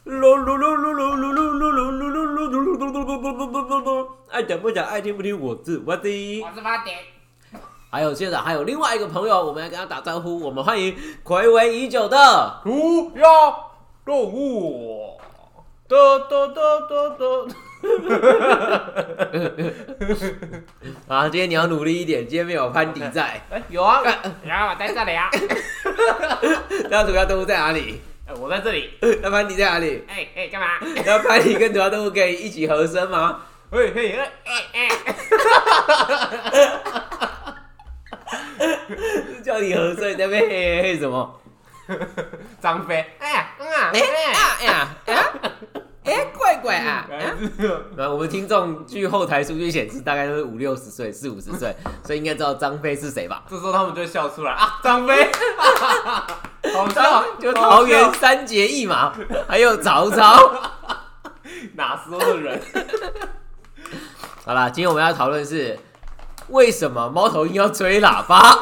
爱讲不讲，爱听不听，我是我的。 我是八点。 还有现在还有另外一个朋友，我们来跟他打招呼。我们欢迎睽违已久的涂鸦动物。 啊，今天你要努力一点，今天没有潘迪在。 有啊，然后我在这里啊。 那涂鸦动物在哪里？ 我在这里。 那潘迪在哪里？ 干嘛？ 那潘迪跟涂鸦动物可以一起合声吗？是叫你合声，你在那边嘿嘿什么？ 张飞， 怪怪啊！我们听众据后台数据显示，大概都是50-60岁、40-50岁，所以应该知道张飞是谁吧？ 这时候他们就会笑出来啊，张飞，好笑， 就桃园三结义嘛，还有曹操， 哪时候的人？ 好啦，今天我们要讨论是为什么猫头鹰要吹喇叭？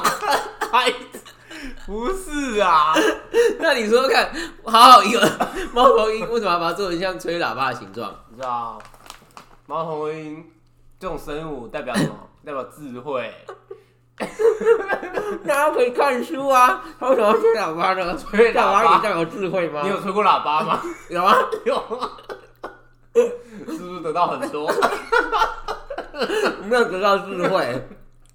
不是啊， 那你说说看，好一个猫头鹰为什么要把它做成像吹喇叭的形状？ 你知道，猫头鹰这种生物代表什么？代表智慧。 那他可以看书啊，他为什么要吹喇叭呢？ 吹喇叭也代表智慧吗？ 你有吹过喇叭吗？ 有啊， 有啊。是不是得到很多？ 没有得到智慧，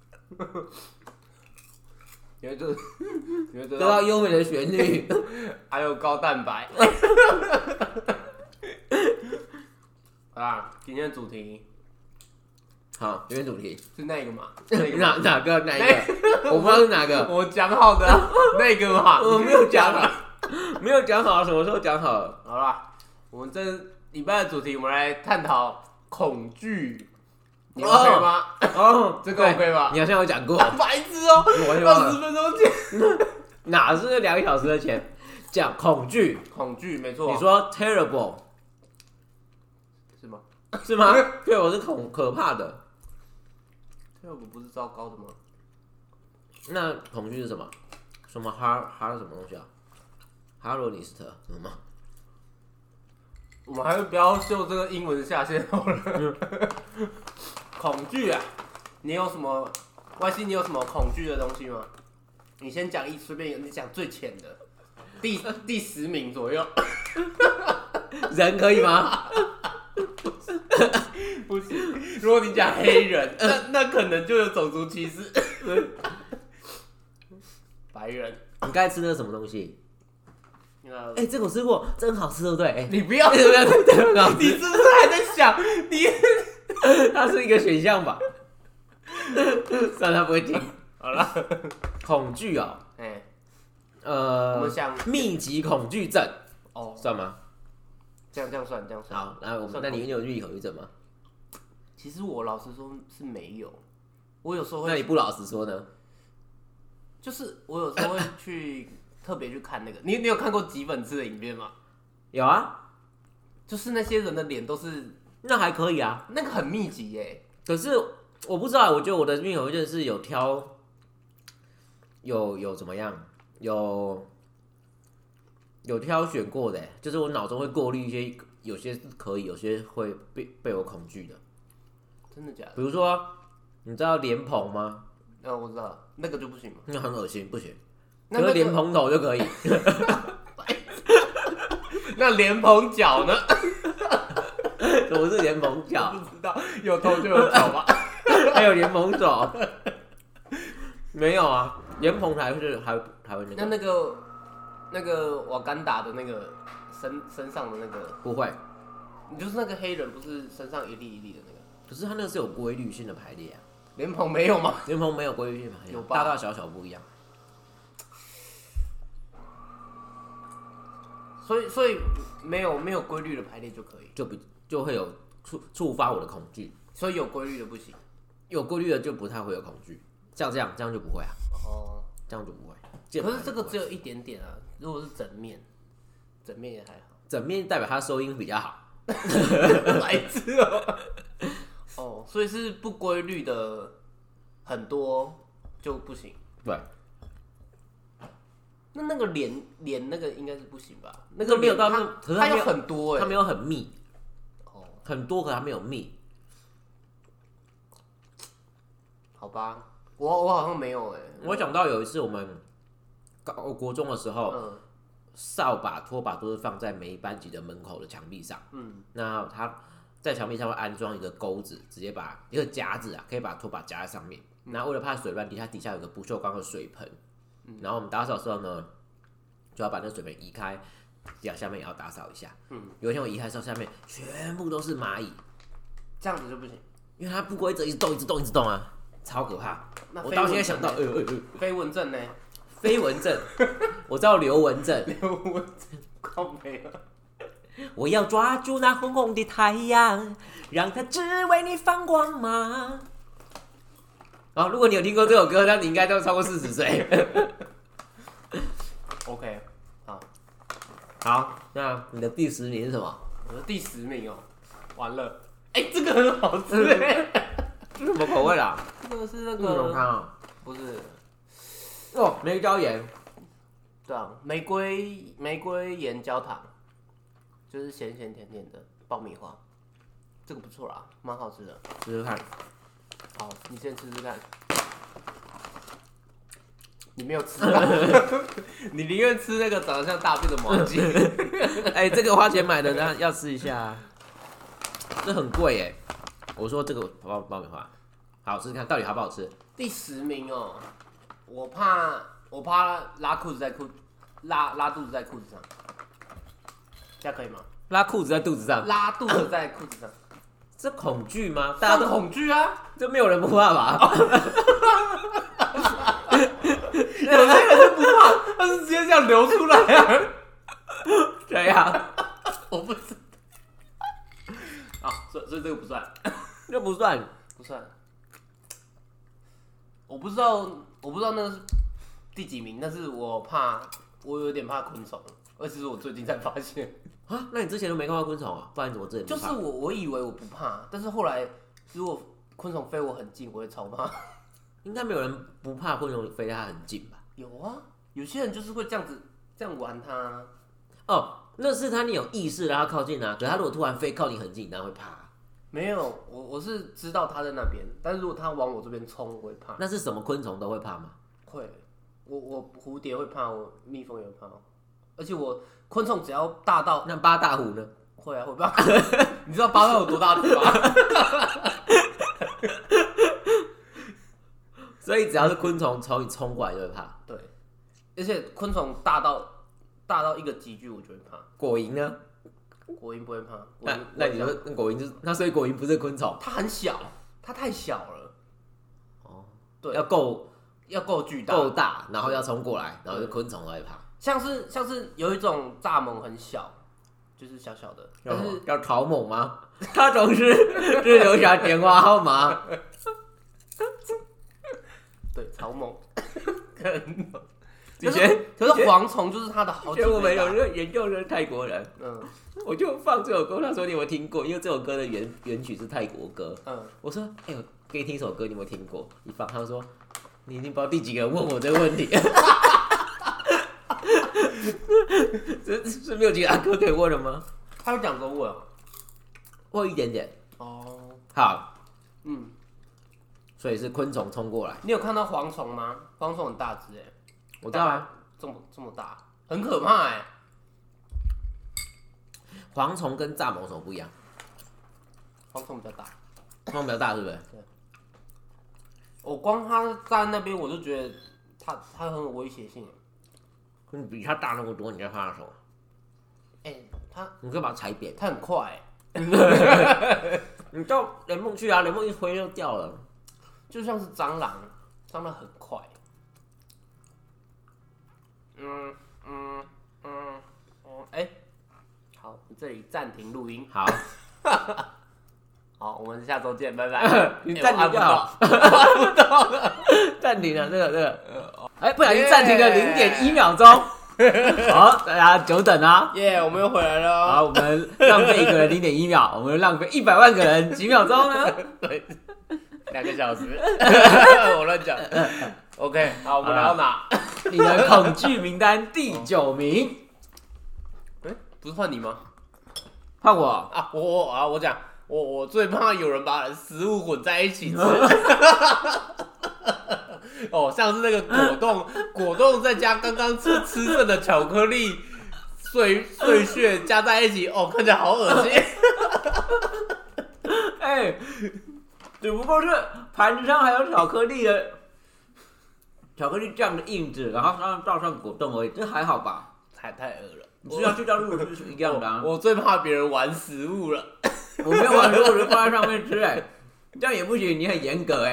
你会得到优美的旋律， 还有高蛋白。啊，今天的主题好，今天主题是那个嘛？ 哪个？我不知道是哪个。 我讲好的那个嘛， 我没有讲好，没有讲好，什么时候讲好了？ 好啦，我们这礼拜的主题，我们来探讨恐惧。你 OK 吗？这个 OK 吧？ 你好像有讲过。 白痴哦，20分钟前。 哪是2个小时的前讲恐惧？ 恐惧没错。 你说 terrible 是吗？ 是吗？对，我是可怕的。 terrible 不是糟糕的吗？ 那恐惧是什么？什么哈什么东西啊？哈罗尼斯特什么吗？ 我们还是不要秀这个英文下线好了。恐惧啊，你有什么？YC 你有什么恐惧的东西吗？你先讲随便一个，你讲最浅的，第10名左右。 人可以吗？ 不行，如果你讲黑人，那可能就有种族歧视。白人， 你刚才吃的是什么东西？这个我吃过，真好吃，对不对？ 你不要， 对， 你是不是还在想你？ 它是一个选项吧？算了，他不会听。 好了， 恐惧哦， 我们想密集恐惧症哦， 算吗？ 这样算。 好，那你有密集恐惧症吗？ 其实我老实说是没有，我有时候会。 那你不老实说呢？ 就是我有时候会特别去看那个，你有看过挤粉刺的影片吗？ 有啊， 就是那些人的脸都是， 那还可以啊， 那个很密集耶。 可是我不知道，我觉得我的密集恐惧症是有挑，有怎么样，有挑选过的，就是我脑中会过滤一些，有些是可以，有些会被我恐惧的。 真的假的？ 比如说，你知道莲蓬吗？ 我知道，那个就不行嘛， 那很恶心，不行。 那可是莲蓬头就可以。 那莲蓬脚呢？ 什么是莲蓬脚？ 不知道，有头就有脚吧？ 还有莲蓬手？没有啊，莲蓬还会那个瓦干达的那个身上的那个不会， 你就是那个黑人，不是身上一粒一粒的那个？ 可是它那个是有规律性的排列啊。 莲蓬没有吗？ 莲蓬没有规律性排列， 有吧？ 大大小小不一样。 所以没有规律的排列就可以， 就会有触发我的恐惧。 所以有规律的不行， 有规律的就不太会有恐惧。像这样就不会啊。 哦， 这样就不会。 可是这个只有一点点啊，如果是整面也还好。 整面代表它收音比较好。 白痴哦。哦，所以是不规律的很多就不行。 对。 那个连那个应该是不行吧？那个没有到它， 可是它有很多它没有很密， 哦， 很多，可它没有密。 好吧，我好像没有我想到有一次我们国中的时候，扫把、拖把都是放在每一班级的门口的墙壁上。那它在墙壁上会安装一个钩子，直接把一个夹子啊，可以把拖把夹在上面。然后为了怕水乱滴，它底下有个不锈钢的水盆。然后我们打扫的时候呢，就要把那个水盆移开，下面也要打扫一下。有一天我移开的时候，下面全部都是蚂蚁， 这样子就不行， 因为它不规则，一直动，一直动，一直动啊，超可怕。我到现在想到， 飞蚊症呢？ 飞蚊症，我知道刘文正， 刘文正靠没了。 我要抓住那红红的太阳，让它只为你放光芒。哦，如果你有听过这首歌，那你应该都超过40岁。 OK， 好，那你的第10名是什么？ 我的第10名哦，完了，这个很好吃这什么口味啦？ 这个是那乌龙汤啊？ 不是， 哦，梅椒盐。 对啊，玫瑰盐焦糖，就是咸咸甜甜的爆米花，这个不错啦，蛮好吃的， 试试看。 好，你先吃吃看。你没有吃到，你宁愿吃那个长得像大便的毛巾。 这个花钱买的，那要吃一下啊。这很贵耶。我说这个爆米花，好吃，看到底好不好吃？ 第10名哦，我怕拉裤子在拉肚子在裤子上，这样可以吗？ 拉裤子在肚子上， 拉肚子在裤子上。 这恐惧吗？大家都恐惧啊！ 这没有人不怕吧？ 有些人是不怕，他是直接这样流出来啊。 对呀， 我不知道。所以这个不算， 这不算， 不算。我不知道那个是第几名，但是我有点怕昆虫，而且是我最近才发现。 啊，那你之前都没看到昆虫啊？不然你怎么之前不怕？ 就是我以为我不怕，但是后来如果昆虫飞我很近，我会超怕。 应该没有人不怕昆虫飞它很近吧？ 有啊，有些人就是会这样玩它啊。 哦，那是你有意识让它靠近啊。可是它如果突然飞靠你很近，你当然会怕啊。 没有，我是知道它在那边，但是如果它往我这边冲，我会怕。 那是什么昆虫都会怕吗？ 会，我蝴蝶会怕，我蜜蜂也会怕，而且我昆虫只要大到那八大虎呢？ 会啊，会怕。你知道八大有多大只吗？ 所以只要是昆虫朝你冲过来就会怕。 对，而且昆虫大到一个极具，我就会怕。 果蝇呢？ 果蝇不会怕。 那你说那果蝇就是那，所以果蝇不是昆虫？ 它很小，它太小了。哦，对， 要够巨大， 够大，然后要冲过来，然后就昆虫会怕。 像是有一种蚱蜢很小，就是小小的，但是叫草蜢吗？他总是留下电话号码。 对，草蜢。 可是蝗虫就是它的好几倍大。 我们有一个研究生泰国人，我就放这首歌，他说你有没有听过？因为这首歌的原曲是泰国歌。我说我给你听一首歌，你有没有听过？一放，他说你已经不知道第几个人问我这个问题。这是没有其他歌可以问了吗？ 他会讲中文， 问一点点。 哦， 好，所以是昆虫冲过来。 你有看到蝗虫吗？蝗虫很大只我知道啊， 这么大，很可怕蝗虫跟蚱蜢有什么不一样？ 蝗虫比较大， 蝗虫比较大，是不是？ 对。我光它站那边，我就觉得它很有威胁性。 你比它大那么多，你在怕它什么？你可以把它踩扁。 它很快你到雷梦去啊，雷梦一挥就掉了。 就像是蟑螂很快。好，你这里暂停录音。 好， 好，我们下周见，拜拜。 你暂停就好，按不到了，暂停了，这个，不小心暂停了0.1秒钟。好，大家久等啊！ 我们又回来了。 好，我们浪费一个人0.1秒，我们浪费100万个人几秒钟呢？ 2个小时，我乱讲。 OK， 好，我们来到哪？ 你的恐惧名单第9名， 不是换你吗？ 换我啊，我讲，我最怕有人把食物混在一起吃。哦，像是那个果冻再加刚刚吃剩的巧克力碎屑加在一起，哦，看起来好恶心。 哎，只不过是盘子上还有巧克力酱的印子，然后上倒上果冻而已，这还好吧？ 太恶了。 你是要去掉入是一样的啊。 我最怕别人玩食物了。 我没有玩食物，我就放在上面吃，这样也不行，你很严格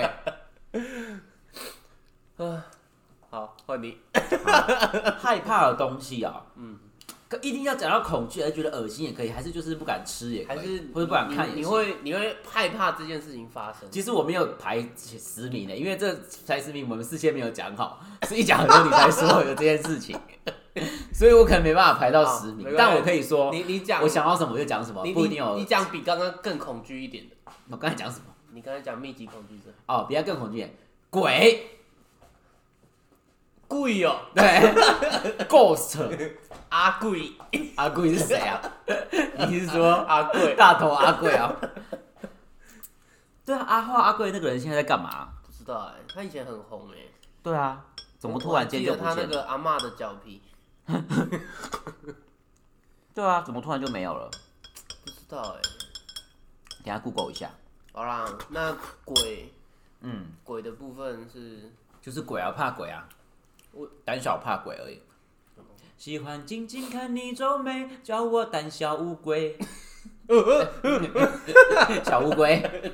好，换你。 害怕的东西啊，一定要讲到恐惧而觉得恶心也可以，还是就是不敢吃也可以， 还是或者不敢看也行。 你会害怕这件事情发生？ 其实我没有排10名的，因为这才10名我们事先没有讲好，是一讲的时候你才说有这件事情，所以我可能没办法排到10名。但我可以说， 你讲， 我想到什么我就讲什么，不一定有。 你讲比刚刚更恐惧一点的。 我刚才讲什么？ 你刚才讲密集恐惧症。 哦，比他更恐惧点，鬼。 贵哦， 对，Ghost 阿贵， 阿贵是谁啊？你是说阿贵大头阿贵啊？对啊，阿贵那个人现在在干嘛？ 不知道他以前很红对啊，怎么突然间就不见了？ 他那个阿嬷的脚皮。 对啊，怎么突然就没有了？ 不知道等一下 Google 一下。 好啦，那鬼的部分是就是鬼啊，怕鬼啊。我胆小怕鬼而已。喜欢静静看你皱眉，叫我胆小乌龟。小乌龟。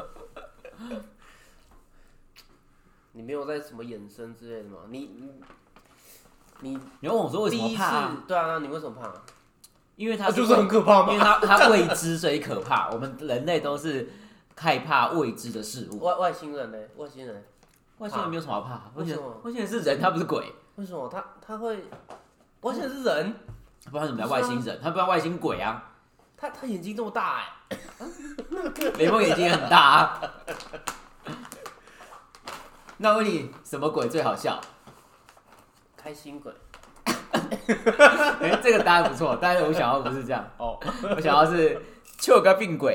你没有在什么衍生之类的吗？你问我说为什么怕？ 对啊，你为什么怕？ 因为它就是很可怕嘛。 因为它未知，所以可怕。我们人类都是害怕未知的事物。 外星人呢？外星人没有什么好怕。 为什么？ 外星人是人，他不是鬼。 为什么他会？外星人是人， 不然怎么叫外星人？他不叫外星鬼啊。 他眼睛这么大雷梦眼睛很大啊。那问你，什么鬼最好笑？ 开心鬼。 这个答案不错，但是我想要不是这样哦， 我想要是就个病鬼。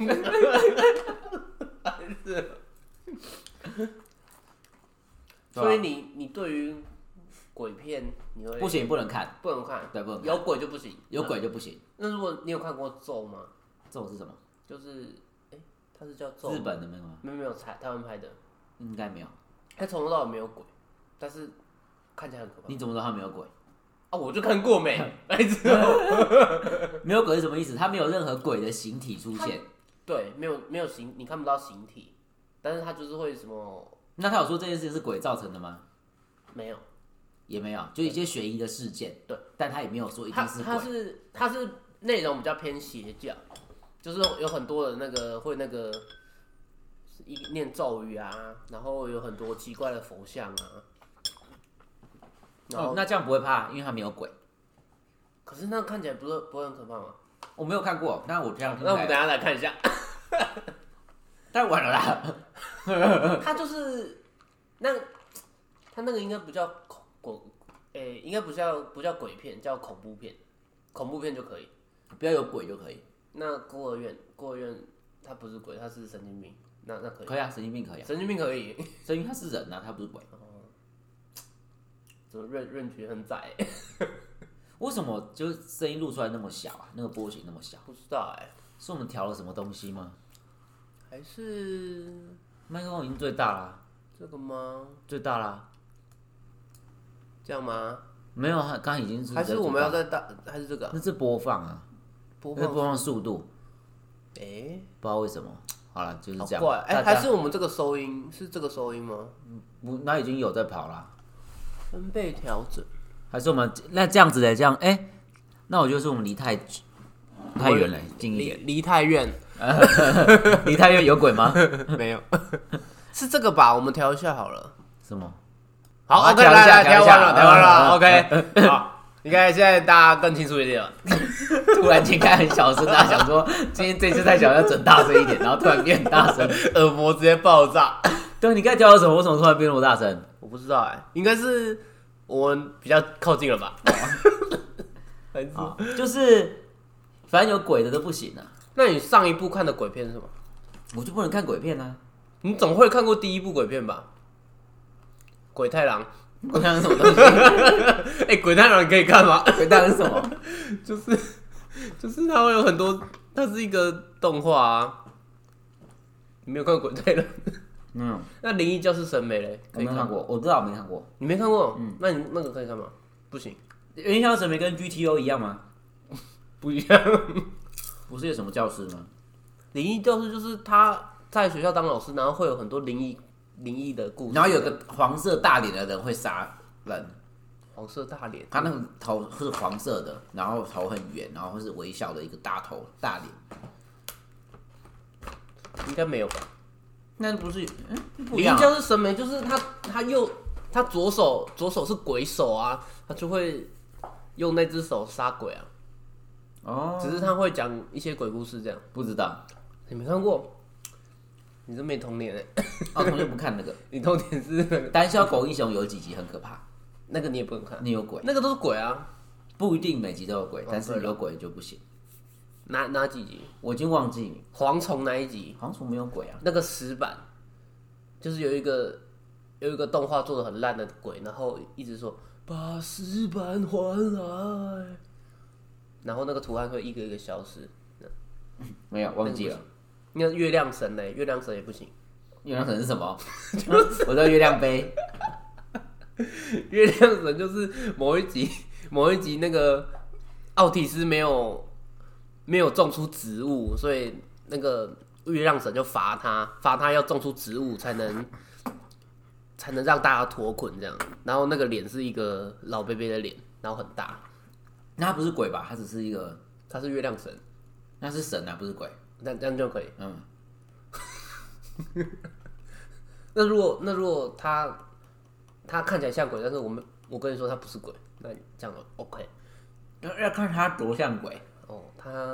所以你对于鬼片你会不行，不能看， 不能看， 对，不能看， 有鬼就不行， 有鬼就不行。 那如果你有看过咒吗？ 咒是什么？ 就是它是叫咒， 日本的那个吗？ 没有，台湾拍的， 应该没有。 它从头到尾没有鬼，但是看起来很可怕。 你怎么知道他没有鬼？ 啊，我就看过没， 没有鬼是什么意思？他没有任何鬼的形体出现。 对，没有形，你看不到形体，但是他就是会什么？ 那他有说这件事情是鬼造成的吗？ 没有， 也没有，就一些悬疑的事件。 对， 但他也没有说一定是鬼。 他是内容比较偏邪教，就是有很多的那个会那个念咒语啊，然后有很多奇怪的佛像啊。 那这样不会怕，因为他没有鬼。 可是那看起来不会很可怕吗？ 我没有看过，但我这样听。 那我们等一下来看一下。 太晚了啦。 他就是他那个应该不叫应该不叫鬼片，叫恐怖片，恐怖片就可以， 不要有鬼就可以。 那孤儿院他不是鬼，他是神经病，那可以。 可以啊，神经病可以啊。 神经病可以， 神经病他是人啊，他不是鬼。 怎么认觉很窄？ 为什么就是声音录出来那么小啊？那个波形那么小？ 不知道是我们调了什么东西吗？ 还是麦克风已经最大啦？ 这个吗？ 最大啦？ 这样吗？ 没有，刚刚已经是。 还是我们要再大？还是这个？ 那是播放啊，播放速度。不知道为什么。好了，就是这样。 怪还是我们这个收音是这个收音吗？ 那已经有在跑啦。 分贝调整。 还是我们那这样子的这样那我觉得是我们离太远了，近一点。 离太远。 离太远有鬼吗？ 没有，是这个吧？我们调一下好了。 什么？ 好 ，OK， 来，调完了 ，OK， 好，应该现在大家更清楚一点了。 突然间开很小声，大家想说今天这次太小，要整大声一点，然后突然变很大声， 耳膜直接爆炸。 对，你刚才调到什么？为什么突然变那么大声？ 我不知道应该是我们比较靠近了吧？ 就是反正有鬼的都不行啊。 那你上一部看的鬼片是什么？ 我就不能看鬼片啊。 你总会看过第一部鬼片吧？鬼太郎。 鬼太郎是什么东西？ 鬼太郎你可以看吗？ 鬼太郎是什么？ 就是它会有很多，它是一个动画啊。你没有看过鬼太郎？那灵异教室审美嘞？ 我没有看过，我知道我没看过。 你没看过？那你那个可以看吗？不行。 灵异教室审美跟 GTO 一样吗？ 不一样。 不是有什么教室吗？ 灵异教室就是他在学校当老师，然后会有很多灵异的故事。 然后有个黄色大脸的人会杀人。 黄色大脸， 他那个头是黄色的，然后头很圆，然后是微笑的一个大头大脸。 应该没有吧？ 那不是不灵异教室审美就是他左手是鬼手啊，他就会用那只手杀鬼啊。 哦， 只是他会讲一些鬼故事这样。 不知道， 你没看过？你真没童年哦，同学不看那个。 你童年是那个胆小狗英雄有几集很可怕， 那个你也不能看。 你有鬼， 那个都是鬼啊， 不一定每集都有鬼，但是有鬼就不行。 哪几集？ 我已经忘记蝗虫那一集。 蝗虫没有鬼啊， 那个石板就是有一个动画做的很烂的鬼，然后一直说把石板还来，然后那个图案会一个一个消失。 没有忘记了。 那月亮神呢？月亮神也不行。 月亮神是什么？我知道月亮杯。 月亮神就是某一集那个奥提斯没有种出植物，所以那个月亮神就罚他要种出植物才能让大家脱困这样。然后那个脸是一个老贝贝的脸，然后很大。 那他不是鬼吧？他只是一个， 他是月亮神， 那是神啊，不是鬼。 那这样就可以。那如果他看起来像鬼，但是我跟你说他不是鬼，那这样 OK。 要看他多像鬼哦。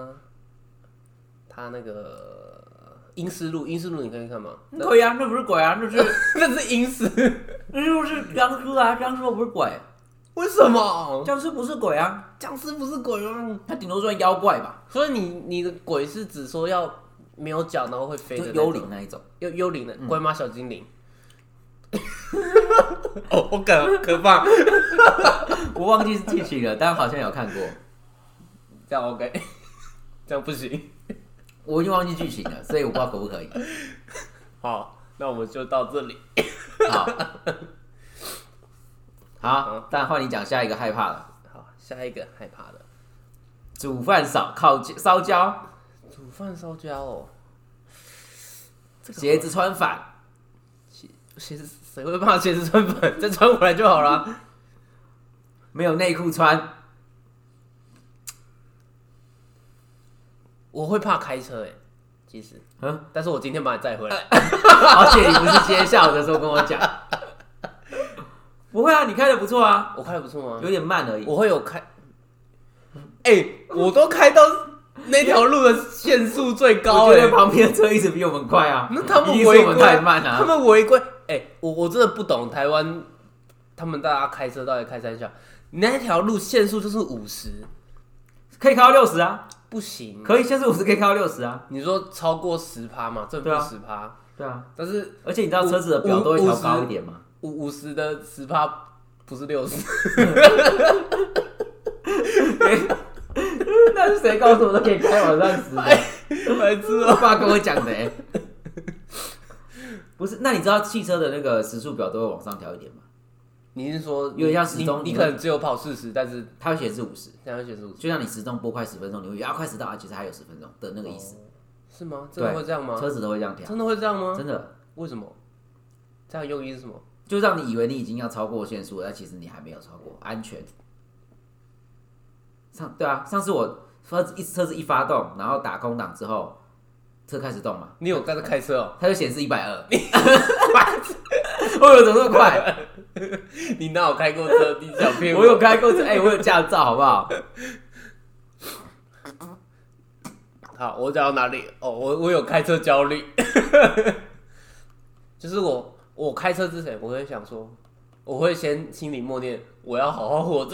他那个阴尸路你可以看吗？ 可以啊，那不是鬼啊，那是那是阴尸， 那就是僵尸啊，僵尸不是鬼。 为什么？ 僵尸不是鬼啊， 僵尸不是鬼吗？ 它顶多算妖怪吧。 所以你的鬼是指说要没有脚，然后会飞的幽灵那一种， 幽灵的乖妈小精灵。哦，我可怕。 我忘记剧情了，但好像有看过。 这样 OK， 这样不行。 我已经忘记剧情了，所以我不知道可不可以。 好，那我们就到这里。 好，但换你讲下一个害怕了。 好，下一个害怕的， 煮饭烧焦， 煮饭烧焦哦。 鞋子穿反， 鞋子谁会怕鞋子穿反？再穿回来就好了。 没有内裤穿。 我会怕开车其实，但是我今天把你载回来。 而且你不是今天下午的时候跟我讲。不会啊，你开的不错啊。 我开的不错吗？ 有点慢而已。 我会有开，我都开到那条路的限速最高。 我觉得旁边的车一直比我们快啊。 那他们违规太慢啊。 他们违规。我真的不懂台湾，他们大家开车到底开三小，那条路限速就是50， 可以开到60啊。 不行， 可以限速50，可以开到60啊。 你说超过10%嘛？正负10%。 对啊。 但是而且你知道车子的表都会调高一点吗 ？50的10%不是60。 那是谁告诉我都可以开往上10的？ 白痴哦！ 我爸跟我讲的不是，那你知道汽车的那个时速表都会往上调一点吗？ 你是说有点像时钟， 你可能只有跑40，但是它会显示50， 现在会显示50， 就像你时钟拨快10分钟，你会觉得快迟到，其实还有10分钟的那个意思。 是吗？真的会这样吗？ 车子都会这样调。 真的会这样吗？ 真的。 为什么？这样用意是什么？ 就让你以为你已经要超过限速了，但其实你还没有超过，安全。对啊，上次我车子一发动，然后打空档之后，车开始动嘛。 你有在这开车哦？ 它就显示120。我有怎么那么快？ 你哪有开过车？你小骗我！ 我有开过车，我有驾照，好不好？ 好，我讲到哪里？我有开车焦虑。就是我开车之前，我会想说， 我会先心里默念，我要好好活着，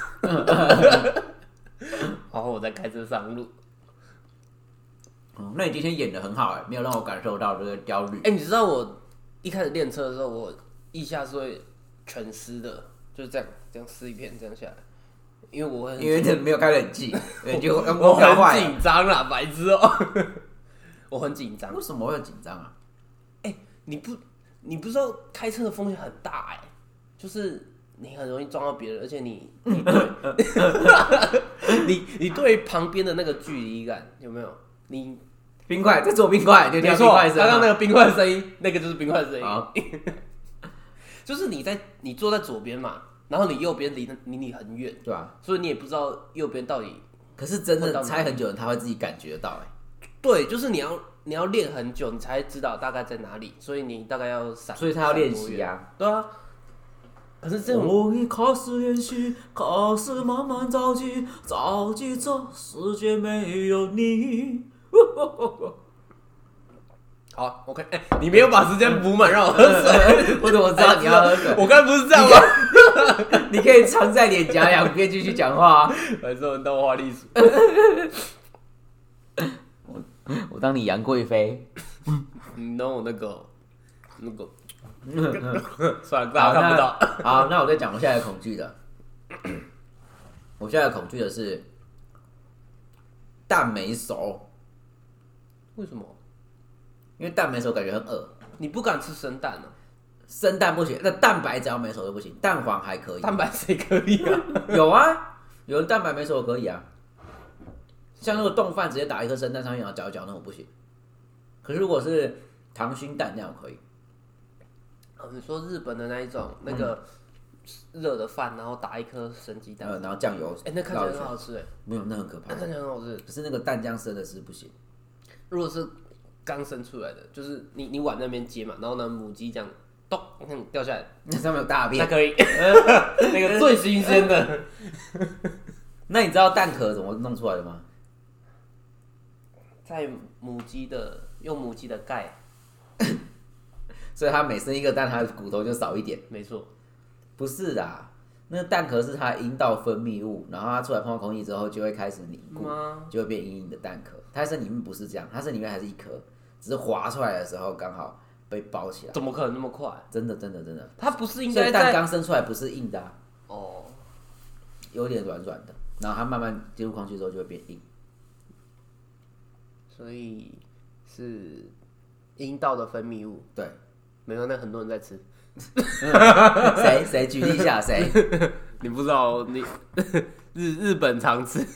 好好我再开车上路。 那你今天演的很好没有让我感受到这个焦虑。 你知道我一开始练车的时候，我腋下是会全湿的，就是这样湿一片这样下来，因为你没有开冷气，就我很紧张啦，白痴哦，我很紧张。 为什么会紧张啊？ 你不知道开车的风险很大就是你很容易撞到别人，而且你对你对旁边的那个距离感有没有？你冰块在做冰块，就没错，刚刚那个冰块的声音，那个就是冰块的声音。就是你坐在左边嘛，然后你右边离你很远， 对吧？ 所以你也不知道右边到底。 可是真的猜很久，他会自己感觉到对，就是你要练很久，你才知道大概在哪里，所以你大概要闪。 所以他要练习啊。 对啊。可是这种我已开始练习，开始慢慢着急，着急这世界没有你。 好 ，OK， 你没有把时间补满，让我喝水。 我怎么知道你要喝水？ 我刚才不是这样吗？ 你可以藏在脸颊两边继续讲话啊。 反正我当花栗鼠。 我当你杨贵妃。 你当我那个，算了，大家看不到。 好，那我再讲我现在恐惧的。我现在恐惧的是蛋没熟。 为什么？ 因为蛋没熟感觉很恶。 你不敢吃生蛋呢？ 生蛋不行，那蛋白只要没熟就不行，蛋黄还可以。 蛋白谁可以啊？ 有啊，有人蛋白没熟可以啊。像那个冻饭直接打一颗生蛋上去，然后搅一搅，那种不行。可是如果是溏心蛋那样可以。 你说日本的那一种那个热的饭，然后打一颗生鸡蛋， 然后酱油， 那看起来很好吃没有，那很可怕。 那看起来很好吃， 可是那个蛋浆生的是不行。 如果是刚生出来的，就是你碗那边接嘛，然后呢母鸡这样咚掉下来， 那上面有大便， 那可以，那个最新鲜的。 那你知道蛋壳怎么弄出来的吗？ 在用母鸡的钙， 所以它每生一个蛋，它的骨头就少一点。 没错， 不是啦，那个蛋壳是它阴道分泌物，然后它出来碰到空气之后就会开始凝固，就会变硬硬的蛋壳。它身里面不是这样，它身里面还是一颗，只是滑出来的时候刚好被包起来。 怎么可能那么快？ 真的真的真的， 它不是应该所以蛋刚生出来不是硬的哦， 有点软软的，然后它慢慢接触空气之后就会变硬。 所以是阴道的分泌物。 对， 没有，那很多人在吃。 谁举例一下？谁？ 你不知道？你日本常吃。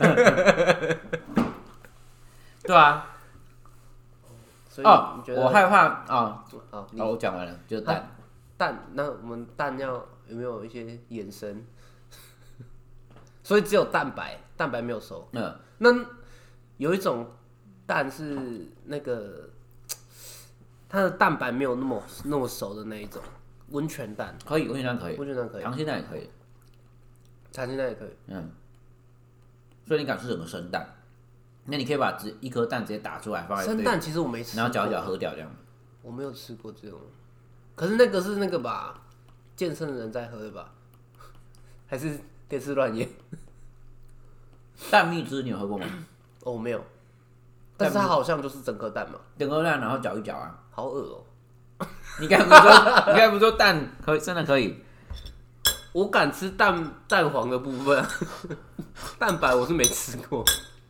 对啊。所以我害怕啊！我讲完了，就是蛋。 蛋，那我们蛋有没有一些衍生？所以只有蛋白没有熟。那有一种蛋是那个它的蛋白没有那么熟的那一种，温泉蛋可以，温泉蛋可以， 温泉蛋可以， 溏心蛋也可以， 溏心蛋也可以。 所以你敢吃整个生蛋？那你可以把一颗蛋直接打出来放在生蛋，其实我没吃过， 然后搅一搅喝掉这样。 我没有吃过这种，可是那个是那个吧，健身的人在喝的吧？还是电视乱演？ 蛋蜜汁你有喝过吗？ 我没有，但是它好像就是整颗蛋嘛， 整颗蛋然后搅一搅啊， 好恶你刚才不是说蛋可以，真的可以？ 我敢吃蛋黄的部分，蛋白我是没吃过。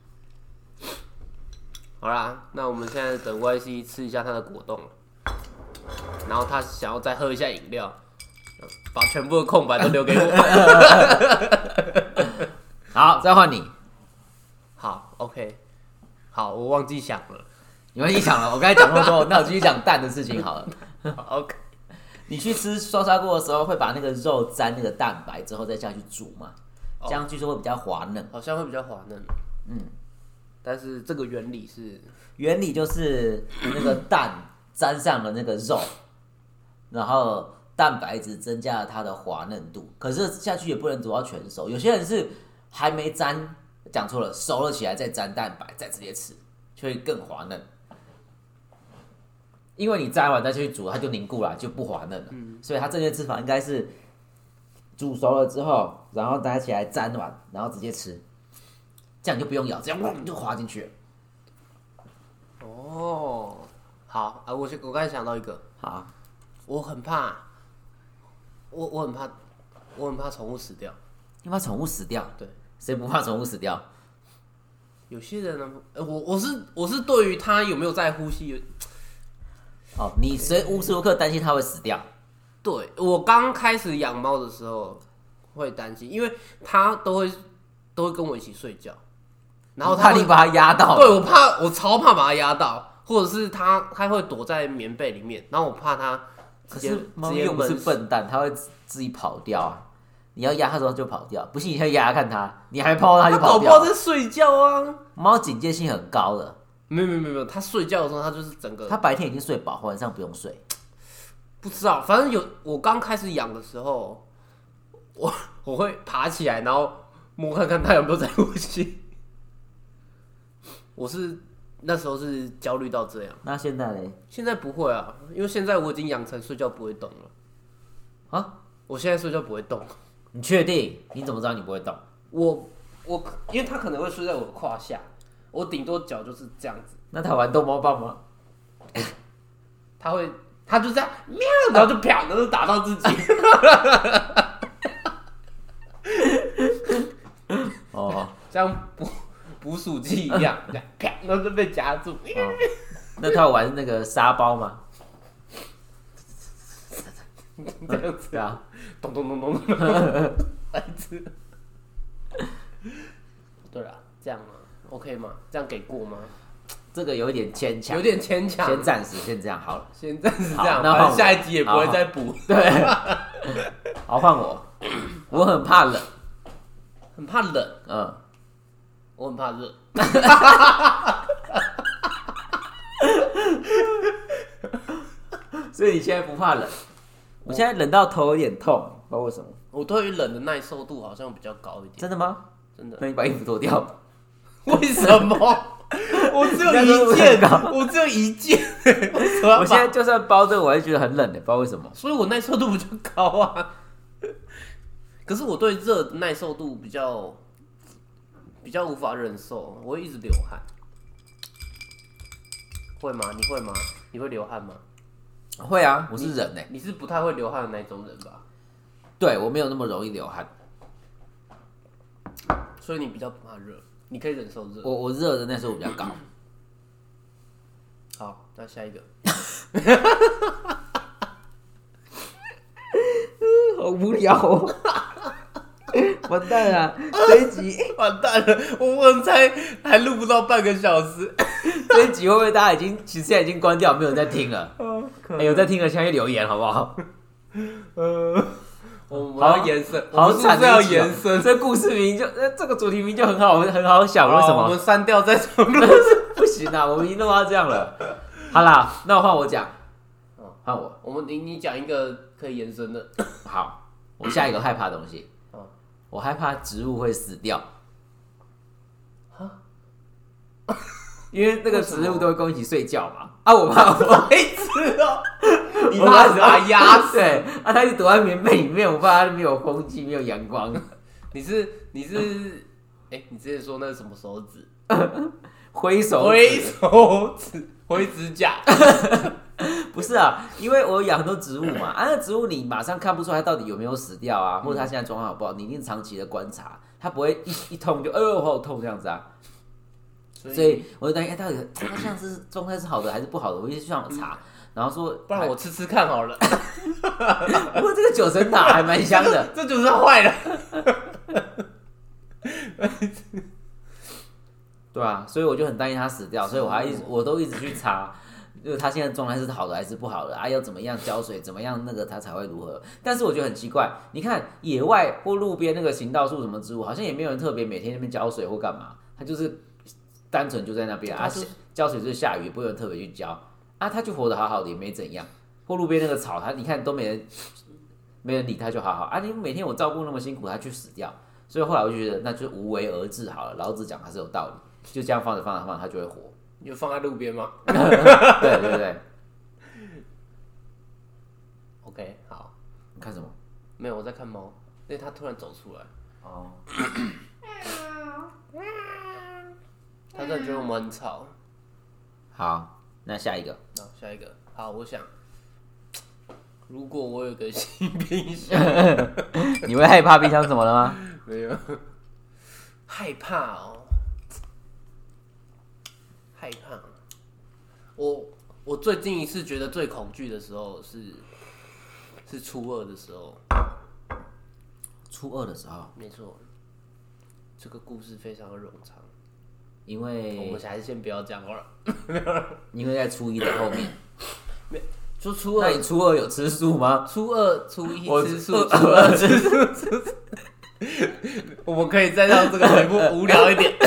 好啦，那我们现在等 YC 吃一下他的果冻，然后他想要再喝一下饮料，把全部的空白都留给我。 好，再换你。 好 ，OK， 好，我忘记想了。 你忘记想了？我刚才讲那么多，那我继续讲蛋的事情好了。 OK， 你去吃刷砂锅的时候，会把那个肉沾那个蛋白之后再下去煮嘛？这样据说会比较滑嫩， 好像会比较滑嫩。但是这个原理就是那个蛋沾上了那个肉，然后蛋白质增加了它的滑嫩度。可是下去也不能煮到全熟，有些人是还没沾，讲错了，熟了起来再沾蛋白，再直接吃，就会更滑嫩。 因为你摘完再去煮，它就凝固了，就不滑嫩了。所以它正确吃法应该是煮熟了之后，然后拿起来沾完，然后直接吃，这样就不用咬，这样就滑进去了。 哦，好啊，我刚才想到一个， 好， 我很怕，我很怕宠物死掉。 你怕宠物死掉？ 对， 谁不怕宠物死掉？ 有些人呢，我是对于它有没有在呼吸。 哦，你无时无刻担心它会死掉。 对，我刚开始养猫的时候会担心，因为它都会跟我一起睡觉，然后怕你把它压到。 对，我超怕把它压到，或者是它会躲在棉被里面，然后我怕它直接。 可是猫又不是笨蛋，它会自己跑掉啊！你要压它的时候就跑掉，不信你去压压看它，你还碰到它就跑掉。 它搞不好在睡觉啊！ 猫警戒性很高的。 没有，它睡觉的时候它就是整个。 它白天已经睡饱，晚上不用睡。 不知道，反正我刚开始养的时候，我会爬起来，然后摸看看它有没有在呼吸。那时候是焦虑到这样。 那现在嘞？ 现在不会啊，因为现在我已经养成睡觉不会动了。啊？我现在睡觉不会动。 你确定？你怎么知道你不会动？ 因为它可能会睡在我的胯下，我顶多脚就是这样子。 那它玩逗猫棒吗？ 它就这样喵，然后就啪，然后就打到自己。 哦， 像捕鼠器一样，这样啪，然后就被夹住。 那它有玩那个沙包吗？ 这样子啊， 咚咚咚咚，白痴。对了，这样吗 ？OK 吗？这样给过吗？ 这个有一点牵强， 有点牵强。 先暂时先这样好了， 先暂时这样， 那反正下一集也不会再补。 对，好换我，我很怕冷， 很怕冷，我很怕热。 所以你现在不怕冷？我现在冷到头有点痛，不知道为什么。 我对于冷的耐受度好像比较高一点。 真的吗？ 真的。 那你把衣服脱掉。 为什么？我只有一件，我只有一件。 我现在就算包这个，我还是觉得很冷的，不知道为什么。 所以我耐受度比较高啊。可是我对热的耐受度比较无法忍受，我会一直流汗。会吗？你会吗？你会流汗吗？ 会啊，我是人欸。 你是不太会流汗的那种人吧？ 对，我没有那么容易流汗， 所以你比较不怕热，你可以忍受热。 我热的耐受度比较高。 好，那下一个。 好无聊哦。完蛋了，这一集完蛋了，我们还录不到半个小时。 这一集会不会大家其实现在已经关掉，没有人在听了？有在听的，现在留言好不好？ 我们要延伸， 好惨的要延伸。 这故事名这个主题名就很好想，为什么？ 我们删掉再重录。 不行啊，我们已经弄到这样了。好啦，那换我讲。换我。 你讲一个可以延伸的。 好，我下一个害怕的东西。我害怕植物会死掉。因为那个植物都会跟我一起睡觉嘛。我怕我白痴哦。你怕把它压死？ 对，它一直躲在棉被里面，我怕它没有空气，没有阳光。 你是，你之前说那是什么手指？ 挥手指，挥指甲。 不是啊，因为我养很多植物嘛，那植物你马上看不出来它到底有没有死掉啊，或者它现在状况好不好，你一定长期的观察，它不会一痛就好痛这样子啊。所以我就担心，到底它像是状态是好的还是不好的，我就去上网查，然后说， 不然我吃看好了。 不过这个九层塔还蛮香的， 这就是坏了。 对啊，所以我就很担心它死掉，所以我都一直去查，就是它现在状态是好的还是不好的啊？要怎么样浇水，怎么样那个它才会如何？但是我觉得很奇怪，你看野外或路边那个行道树什么植物，好像也没有人特别每天那边浇水或干嘛，它就是单纯就在那边啊，浇水就是下雨，也不会有人特别去浇啊，它就活得好好的，也没怎样。或路边那个草，它你看都没人理它就好好啊，你每天我照顾那么辛苦，它去死掉，所以后来我就觉得那就无为而治好了，老子讲它是有道理，就这样放着，它就会活。 你就放在路边吗？ 对。 OK， 好。 你看什么？ 没有，我在看猫，因为它突然走出来。 哦。 它可能觉得我们很吵。 好，那下一个。 好，下一个。好，我想，如果我有个新冰箱， 你会害怕冰箱怎么了吗？ 没有，害怕哦，害怕。我最近一次觉得最恐惧的时候是初二的时候。 初二的时候， 没错，这个故事非常的冗长， 因我为们还是先不要讲好了。 因为在初一的后面。 就初二， 那你初二有吃素吗？ 初二、初一吃素， 我初二吃素。我们可以再让这个节目无聊一点。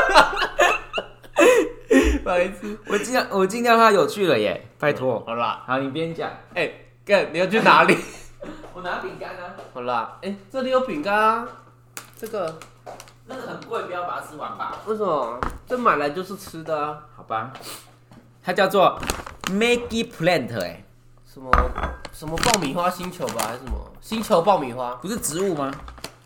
白痴， 我尽量让它有趣了耶，拜托。 好啦， 好，你边讲。 干，你要去哪里？ 我拿饼干啊。 好啦，这里有饼干啊，这个那个很贵，不要把它吃完吧。 为什么？这买来就是吃的啊。 好吧，它叫做 Maggie Plant 什么爆米花星球吧，还是什么星球爆米花？ 不是植物吗？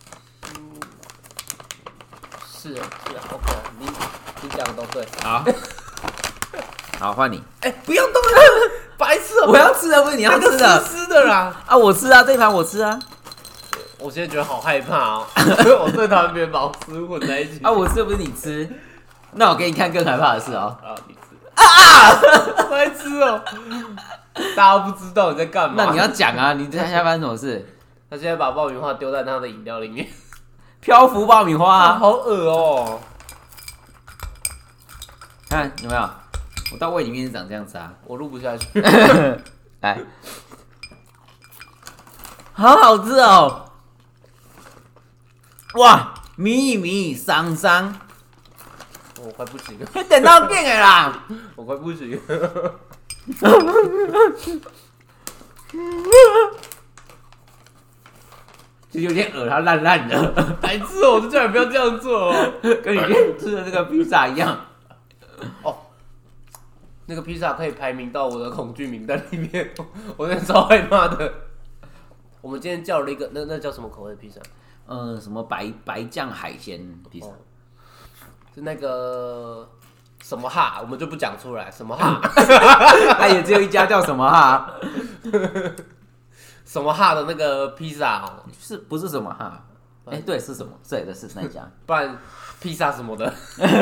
是啊 ，OK， 你讲的都对。 好，好换你。 不要动了，白痴！ 我要吃的不是你要吃的， 湿的啦。 啊，我吃啊，这一盘我吃啊。 我现在觉得好害怕哦，我最讨厌别人把我吃混在一起。 啊，我吃的不是你吃，那我给你看更害怕的事哦。 啊，你吃啊，白痴哦！大家都不知道你在干嘛。 那你要讲啊，你在下发生什么事？ 他现在把爆米花丢在他的饮料里面， 漂浮爆米花啊， 好恶哦！ 看有没有？我到胃里面是长这样子啊， 我录不下去。 来，好好吃哦！哇，迷桑桑， 我快不行了， 等到变了啦！ 我快不行了。 就有点恶，它烂烂的， 白痴哦！我就叫你不要这样做哦， 跟你今天吃的这个披萨一样。 哦，那个披萨可以排名到我的恐惧名单里面，我真的超害怕的。我们今天叫了一个，那叫什么口味的披萨？ 什么白酱海鲜披萨， 是那个什么哈，我们就不讲出来，什么哈， 它也只有一家叫什么哈， 什么哈的那个披萨哦， 是不是什么哈？对，是什么？对的，是那一家。 不然披萨什么的。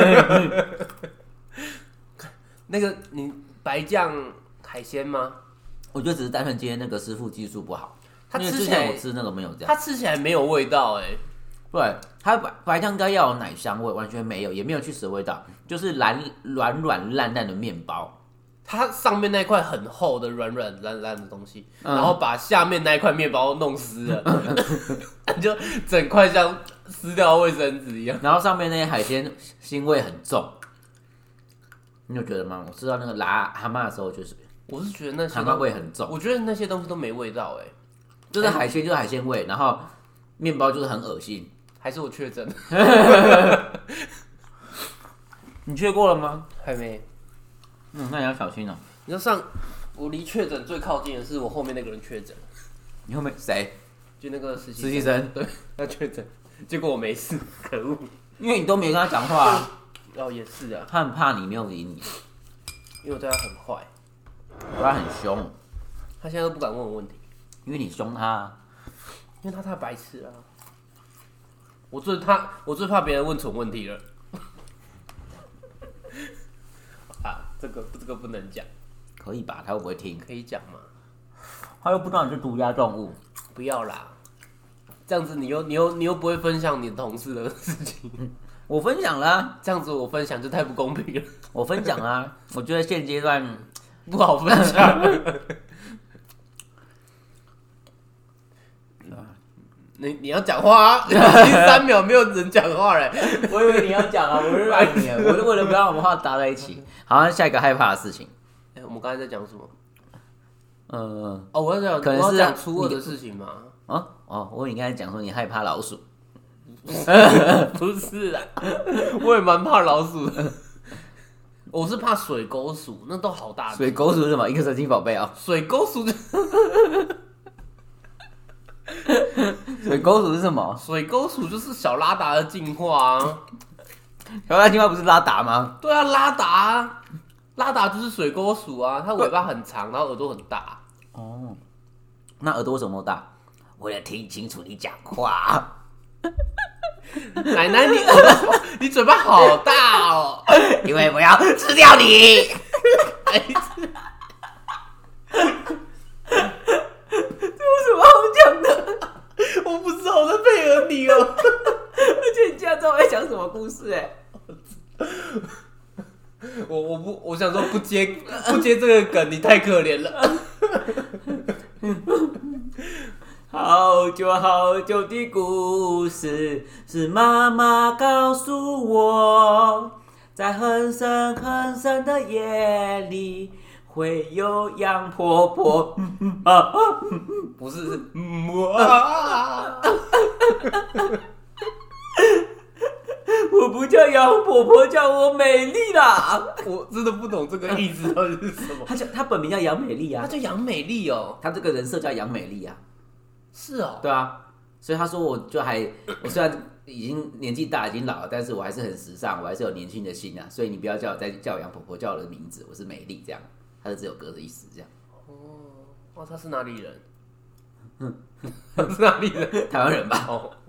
那个你白酱海鲜吗？ 我觉得只是单纯今天那个师傅技术不好， 他因为之吃起来前我吃那个没有这样， 它吃起来没有味道对，它白酱应该要有奶香味，完全没有，也没有去蛇味道，就是软烂的面包。 它上面那块很厚的软烂的东西，然后把下面那一块面包弄湿了，就整块像撕掉卫生纸一样。 然后上面那些海鲜腥味很重，你有觉得吗？我吃到那个拉蛤蟆的时候，就是我是觉得那些蛤蟆味很重， 我觉得那些东西都没味道就是海鲜就是海鲜味，然后面包就是很恶心。 还是我确诊？ 你确过了吗？ 还没。 那你要小心哦。 你知道我离确诊最靠近的是我后面那个人确诊， 你后面谁？ 就那个实习生， 对，他确诊，结果我没事，可恶！ 因为你都没跟他讲话啊。 哦，也是啊， 他很怕你，没有理你， 因为我对他很坏， 他很凶， 他现在都不敢问我问题， 因为你凶他， 因为他太白痴了。我最怕别人问蠢问题了。啊，这个不能讲， 可以吧？他会不会听？ 可以讲吗？ 他又不知道你是毒鸦动物。 不要啦，这样子你又不会分享你同事的事情。 我分享啦， 这样子我分享就太不公平了。 我分享啦，我觉得现阶段不好分享。你要讲话啊！已经3秒没有人讲话了。 我以为你要讲啊，我是让你，我是为了不让我们话搭在一起。好，下一个害怕的事情。 我们刚才在讲什么？ 我要可能是讲初二的事情吗？ 我以为你刚才讲说你害怕老鼠。 不是啦，我也蛮怕老鼠的。我是怕水沟鼠，那都好大。 水沟鼠是什么？一个神奇宝贝啊！ 水沟鼠水沟鼠是什么？ 水沟鼠就是小拉达的进化啊。 小拉达进化不是拉达吗？ 对啊，拉达就是水沟鼠啊，它尾巴很长，然后耳朵很大。 哦，那耳朵为什么那么大？为了听清楚你讲话。 奶奶，你耳朵，你嘴巴好大哦！ 因为我要吃掉你。这有什么好讲的？ 我不知道，我在配合你哦。 而且你竟然知道我在讲什么故事我想说不接这个梗，你太可怜了。 好久好久的故事，是妈妈告诉我，在很深很深的夜里，会有羊婆婆。 不是， 我不叫羊婆婆，叫我美丽啦。 我真的不懂这个意思到底是什么。 她本名叫杨美丽啊， 她叫杨美丽哦， 她这个人设叫杨美丽啊。 是哦， 对啊，所以他说我虽然已经年纪大，已经老了，但是我还是很时尚，我还是有年轻的心啊。所以你不要叫我杨婆婆，叫我的名字，我是美丽这样。他是这首歌的意思这样。 哦，他是哪里人？他是哪里人？ 台湾人吧。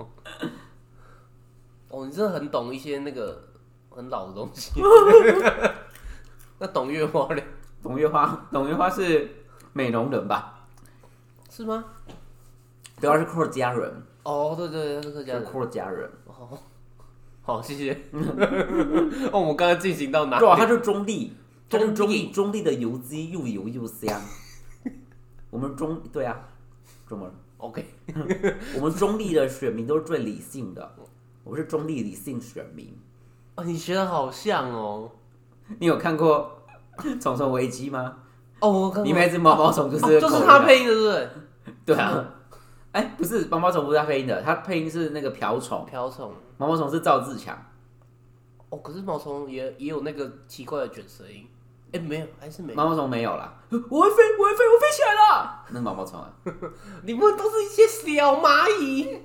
哦，你真的很懂一些那个很老的东西。那董月花嘞？ 董月花是美浓人吧？ 是吗？ 对啊，是客家人。 哦，对，他是客家人。 客家人。 哦，好，谢谢。我们刚刚进行到哪里？ 对啊，他就中立的油鸡又油又香。我们对啊，中文 OK。 我们中立的选民都是最理性的，我是中立理性选民。 哦，你学的好像哦。 你有看过《虫虫危机》吗？ 哦，我看过。 里面一只毛毛虫就是他配音的，对不对？ 对啊。哎，不是毛毛虫不是他配音的，他配音是那个瓢虫。毛毛虫是赵自强。 哦，可是毛虫也有那个奇怪的卷舌音。哎，没有，还是没有。 毛毛虫没有啦。我会飞，我飞起来了。那是毛毛虫啊。 你们都是一些小蚂蚁。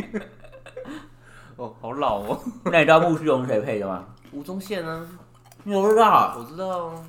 哦，好老哦。 那你知道木须龙谁配的吗？ 吴宗宪啊。 你不知道？ 我知道啊。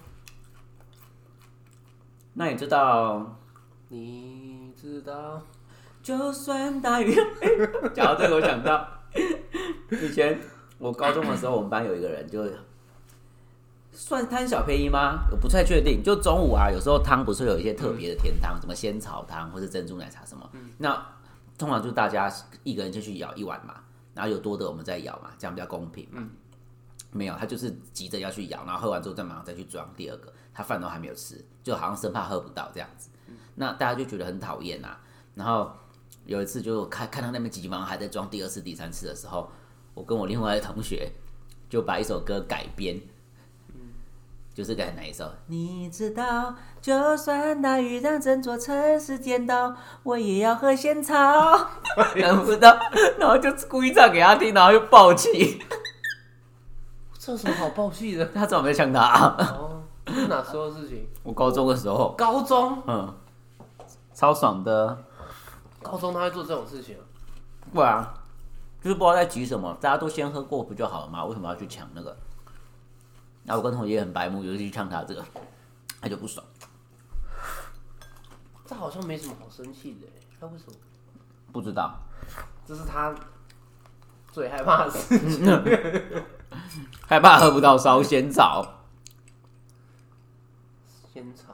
那你知道？ 你知道？ 就算大雨，讲到这个我想到，以前我高中的时候，我们班有一个人就算贪小便宜吗？我不太确定。就中午啊，有时候汤不是有一些特别的甜汤，什么仙草汤或是珍珠奶茶什么，那通常就大家一个人就去舀一碗嘛，然后有多的我们再舀嘛，这样比较公平。没有，他就是急着要去舀，然后喝完之后再马上再去装第二个，他饭都还没有吃，就好像生怕喝不到这样子。那大家就觉得很讨厌啊，然后。有一次就看他那边急急忙忙还在装第二次、第三次的时候，我跟我另外的同学就把一首歌改编，就是改哪一首？你知道，就算大雨让整座城市颠倒，我也要喝仙草。想不到，然后就故意唱给他听，然后就爆气。 这有什么好爆气的？ 他怎么没呛他？ 哦，是哪时候的事情？ 我高中的时候。 高中？ 超爽的。 高中他会做这种事情啊？ 对啊，就是不知道在急什么，大家都先喝过不就好了吗？为什么要去抢那个？然后我跟同学也很白目，尤其去呛他这个，他就不爽。 这好像没什么好生气的，他为什么？ 不知道， 这是他最害怕的事情。 害怕喝不到烧仙草。 仙草。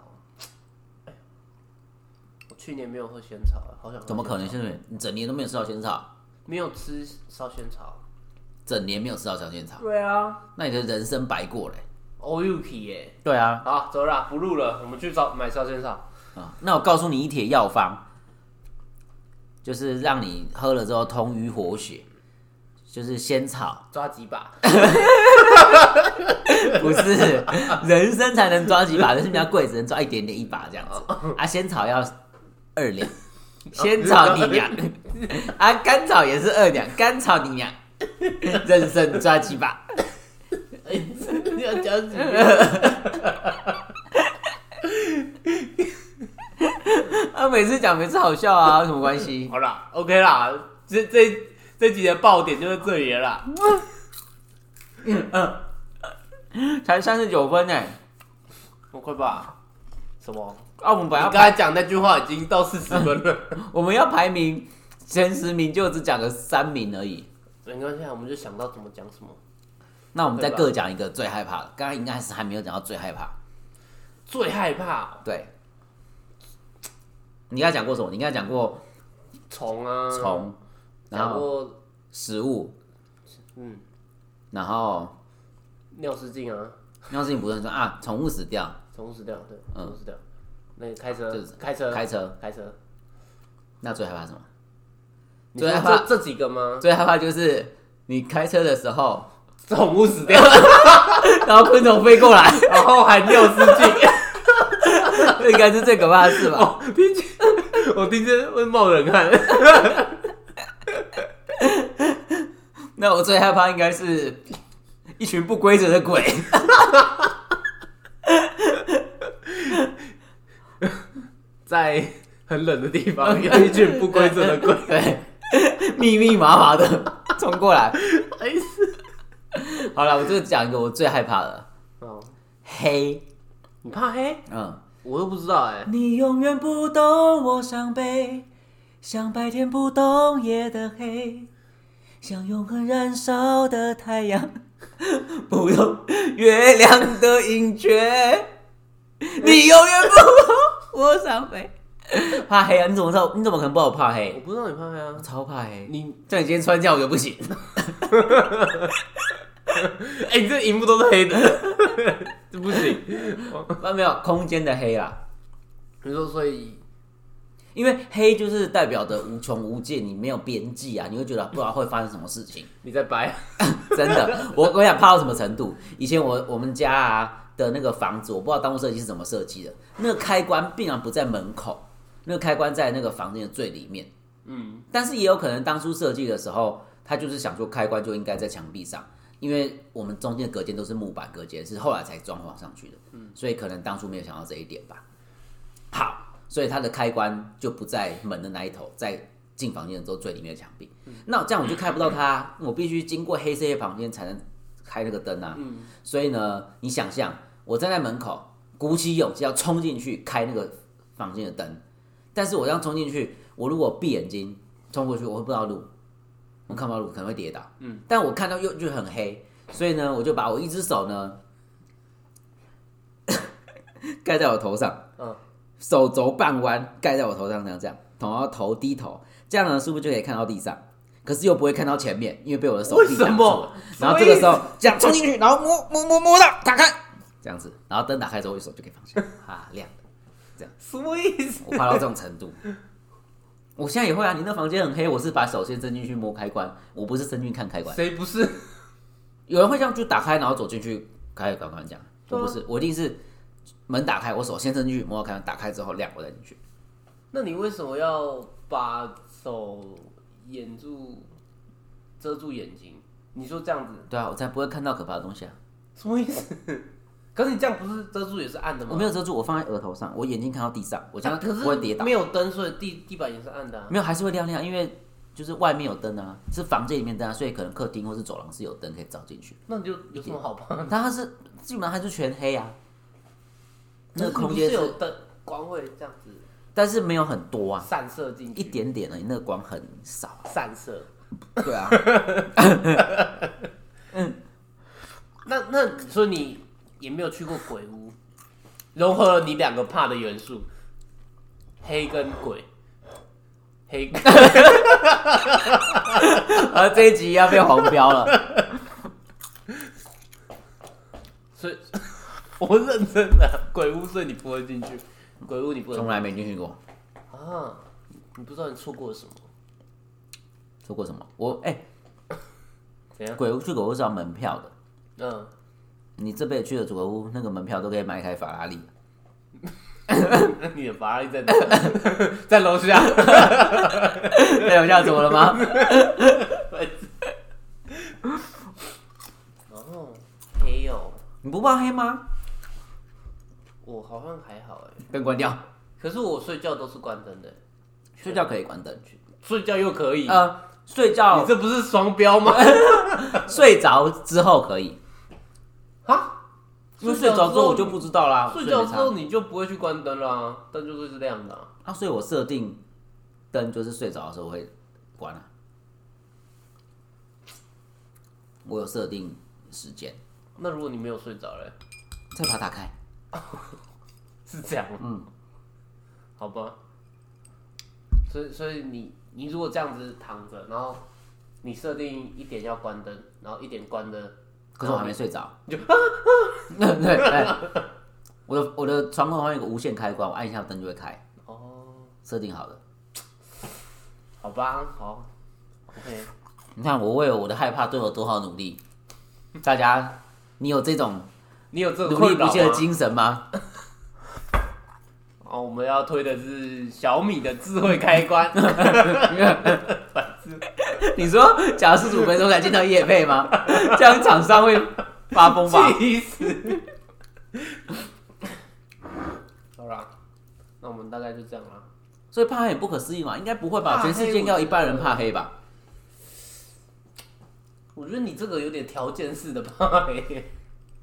去年没有喝仙草，好想喝。 怎么可能？现在你整年都没有吃到仙草？ 没有吃烧仙草， 整年没有吃到烧仙草。 对啊， 那你的人生白过了。 哦，Yuki 耶。 对啊。 好，走了，不录了，我们去买烧仙草。 那我告诉你一帖药方，就是让你喝了之后通瘀活血，就是仙草抓几把。 不是，人参才能抓几把，人参比较贵，只能抓一点点一把这样子。啊，仙草要2两，仙草你俩，啊，甘草也是2两，甘草你俩，人参抓几把？ 你要讲几遍？ 啊，每每次讲每次好笑啊，有什么关系？ 好啦 ，OK 啦，这集的爆点就是这里了啦。 才39分呢， 我快吧？什么？ 啊，我们本来你刚才讲那句话已经到40分了。 我们要排名前10名，就只讲了3名而已。 没关系，我们就想到怎么讲什么。 那我们再各讲一个最害怕的，刚刚应该是还没有讲到最害怕。 最害怕？ 对，你刚才讲过什么？你刚才讲过虫啊， 虫，然后食物，然后尿失禁啊， 尿失禁不是说啊，宠物死掉， 宠物死掉，对，宠物死掉。那个开车， 那最害怕什么？ 最害怕这几个吗？ 最害怕就是你开车的时候， 宠物死掉， 然后昆虫飞过来， 然后还尿失禁， 这应该是最可怕的事吧？ 我听见会冒冷汗。 那我最害怕应该是一群不规则的鬼。 在很冷的地方有一群不规则的鬼， 对，密密麻麻的冲过来。好了，我就讲一个我最害怕的，黑。 你怕黑？我都不知道哎。 你永远不懂我伤悲，像白天不懂夜的黑，像永恒燃烧的太阳，不懂月亮的盈缺。你永远不懂我伤悲。怕黑啊？你怎么知道？你怎么可能不知道我怕黑？ 我不知道你怕黑啊， 我超怕黑。 你像你今天穿这样我就不行。 你这荧幕都是黑的，这不行。 没有空间的黑啦。 你说所以， 因为黑就是代表的无穷无尽，你没有边际啊，你会觉得不知道会发生什么事情。 你在掰？ 真的，我想怕到什么程度？以前我们家啊的那个房子，我不知道当初设计是怎么设计的，那个开关并然不在门口，那个开关在那个房间的最里面。但是也有可能当初设计的时候，他就是想说开关就应该在墙壁上。因为我们中间的隔间都是木板隔间，是后来才装潢上去的，所以可能当初没有想到这一点吧。好，所以它的开关就不在门的那一头，在进房间的时候最里面的墙壁。那这样我就开不到它，我必须经过黑色的房间才能开那个灯啊。所以呢，你想象我站在门口，鼓起勇气要冲进去开那个房间的灯，但是我这样冲进去，我如果闭眼睛冲过去，我会不知道路。我看不到路，可能会跌倒。但我看到又就很黑，所以呢，我就把我一只手呢盖在我头上，手肘半弯盖在我头上，这样，然后头低头，这样呢，是不是就可以看到地上？可是又不会看到前面，因为被我的手臂挡住了。然后这个时候这样冲进去，然后摸到打开，这样子，然后灯打开之后，手就可以放下，亮的，这样。 什么意思？ 我怕到这种程度。我现在也会啊！你那房间很黑，我是把手先伸进去摸开关，我不是伸进去看开关。 谁不是？ 有人会这样就打开，然后走进去开开关这样。我不是，我一定是门打开，我手先伸进去摸到开关，打开之后亮，我再进去。 那你为什么要把手遮住眼睛？你说这样子？ 对啊，我才不会看到可怕的东西啊。 什么意思？可是你这样不是遮住也是暗的吗？ 我没有遮住，我放在额头上，我眼睛看到地上，我这样不会跌倒。 没有灯，所以地板也是暗的啊。 没有，还是会亮亮，因为就是外面有灯啊，是房间里面灯啊，所以可能客厅或是走廊是有灯可以照进去。 那你就有什么好怕的？ 但它是基本上还是全黑啊，那个空间间是有灯，光会这样子， 但是没有很多啊， 散射进去一点点而已，那个光很少， 散射。 对啊。 那所以你也没有去过鬼屋，融合了你两个怕的元素，黑跟鬼，黑。 这一集要变黄标了。 所以，我认真的鬼屋，所以你不会进去。鬼屋你不能， 从来没进去过啊！你不知道你错过了什么？ 错过什么？我怎样？ 鬼屋去鬼屋是要门票的。 嗯， 你这辈子去的鬼屋，那个门票都可以买一台法拉利。 你的法拉利在哪？在楼下。 在楼下怎么了吗？ 哦，黑哦。 你不怕黑吗？ 我好像还好哎。 灯关掉。 可是我睡觉都是关灯的， 睡觉可以关灯， 睡觉又可以。 睡觉你这不是双标吗？ 睡着之后可以啊？ 因为睡着之后我就不知道啦。 睡觉之后你就不会去关灯啦，灯就会是亮的啊。 所以我设定灯就是睡着的时候会关啊。我有设定时间。 那如果你没有睡着嘞， 再把它打开。 是这样。好吧。所以你如果这样子躺着，然后你设定1点要关灯，然后1点关灯， 可是我还没睡着， 你就对，我的床头旁边有个无线开关，我按一下灯就会开。设定好了。 好吧，好 ，OK。 你看我为了我的害怕都有多少努力，大家，你有这种努力不懈的精神吗？ 我们要推的是小米的智慧开关。 你说假如45分钟才见到业配吗？这样厂商会发疯吧？ 气死！好啦，那我们大概就这样啦。 所以怕黑很不可思议嘛？应该不会吧？全世界应该有一半人怕黑吧？ 我觉得你这个有点条件式的怕黑。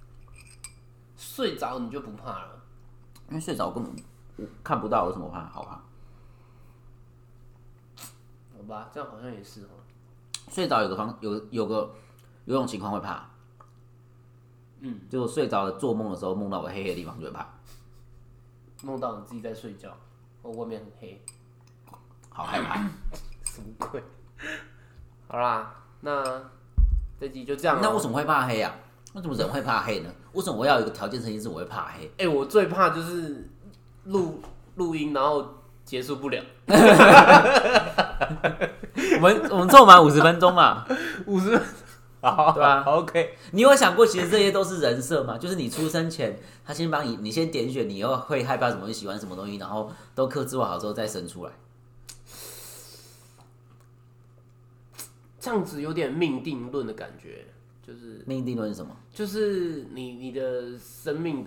睡着你就不怕了， 因为睡着根本看不到，有什么怕？好怕。 好吧，这样好像也是哦。 睡着有种情况会怕，就睡着了做梦的时候梦到我黑黑的地方就会怕， 梦到你自己在睡觉，外面很黑， 好害怕。 什么鬼？好啦，那这集就这样。 那为什么会怕黑啊？为什么人会怕黑呢？为什么我要有一个条件成因是我会怕黑？ 我最怕就是录音，然后结束不了。 我们凑满50分钟嘛 ，50，好， 对吧 ？OK。 你有想过，其实这些都是人设吗？就是你出生前，他先帮你先点选，你以后会害怕什么东西，喜欢什么东西，然后都客制化好之后再生出来。 这样子有点命定论的感觉，就是命定论是什么？ 就是你的生命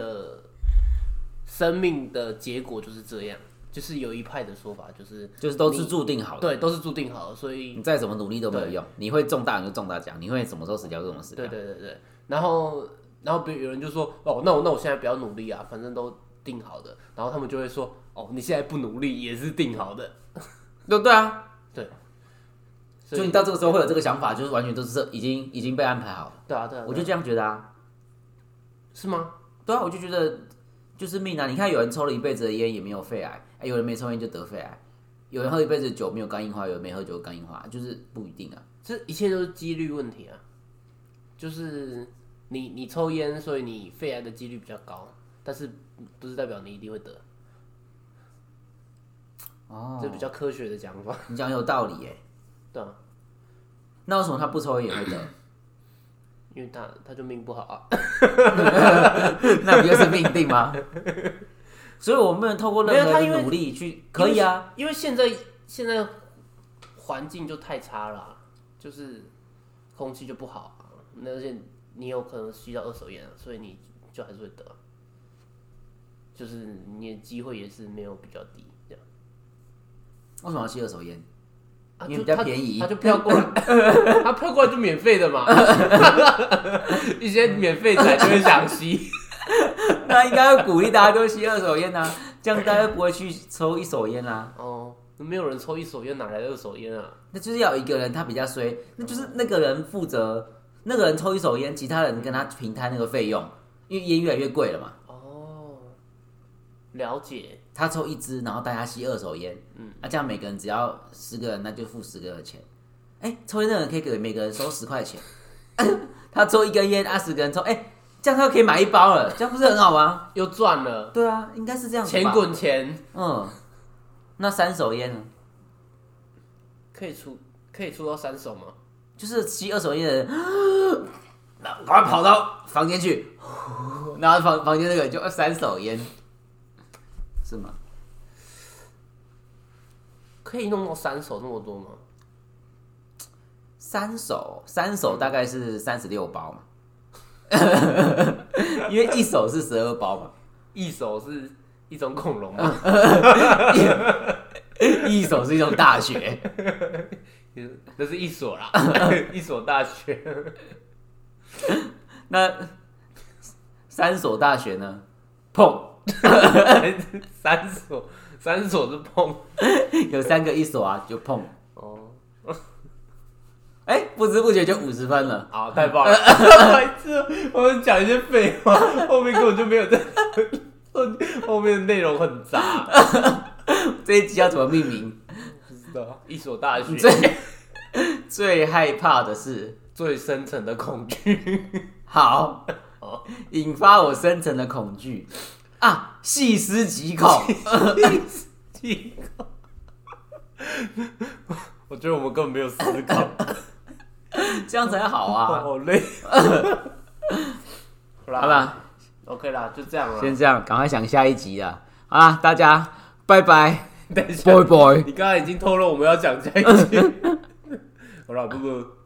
的结果就是这样。就是有一派的说法，就是都是注定好的， 对，都是注定好的，所以你再怎么努力都没有用。你会中大奖就中大奖，你会什么时候死掉就怎么死掉。 对。然后有人就说，那我现在不要努力啊，反正都定好的。然后他们就会说，你现在不努力也是定好的。 对啊， 对。 所以你到这个时候会有这个想法，就是完全都是已经被安排好了。 对啊， 我就这样觉得啊。 是吗？ 对啊，我就觉得就是命啊。你看，有人抽了一辈子的烟也没有肺癌。有人没抽烟就得肺癌，有人喝一辈子酒没有肝硬化，有人没喝酒有肝硬化，就是不一定啊。 这一切都是几率问题啊，就是你抽烟，所以你肺癌的几率比较高，但是不是代表你一定会得。这比较科学的讲法。 你讲有道理耶。 对啊。 那为什么他不抽烟也会得？ 因为他就命不好啊。 那不就是命定吗？所以我们不能透过任何的努力去，可以啊， 因为现在环境就太差了就是空气就不好而且你有可能吸到二手烟所以你就还是会得就是你的机会也是没有比较低这样。 为什么要吸二手烟？因为比较便宜， 他就飘过来，他飘过来就免费的嘛，一些免费仔就会想吸。 那应该会鼓励大家都吸二手烟啊，这样大家不会去抽一手烟啊。 没有人抽一手烟，哪来的二手烟啊？ 那就是要有一个人他比较衰，那就是那个人负责，那个人抽一手烟，其他人跟他平摊那个费用，因为烟越来越贵了嘛。 了解。 他抽一支，然后大家吸二手烟，这样每个人只要10个人，那就付10个的钱。抽烟的人可以给每个人收10块钱，他抽一根烟，10个人抽，这样他就可以买1包了，这样不是很好吗？ 又赚了。 对啊，应该是这样子吧。 钱滚钱。 那3手烟呢？ 可以出到3手吗？ 就是吸二手烟的人，赶快跑到房间去，然后房间那个就3手烟，是吗？ 可以弄到3手那么多吗 ？3手大概是36包嘛。因为1手是12包嘛， 一手是一种恐龙吗？ 一所是一种大学， 那是一所啦，一所大学。 那3所大学呢？碰三所是碰， 有3个1所啊，就碰。 哦， 不知不觉就50分了。 好，太棒了！白痴，我们讲一些废话，后面根本就没有在，后面的内容很杂。 这一集要怎么命名？ 不知道，一所大学最害怕的是最深层的恐惧。 好，引发我深层的恐惧啊！细思极恐， 我觉得我们根本没有思考， 这样才好啊！ 好累。 好吧 ，OK 啦，就这样了。 先这样，赶快想下一集啦！好啦，大家拜拜， 等一下， 拜拜。 你刚才已经透露我们要讲下一集。好了，不。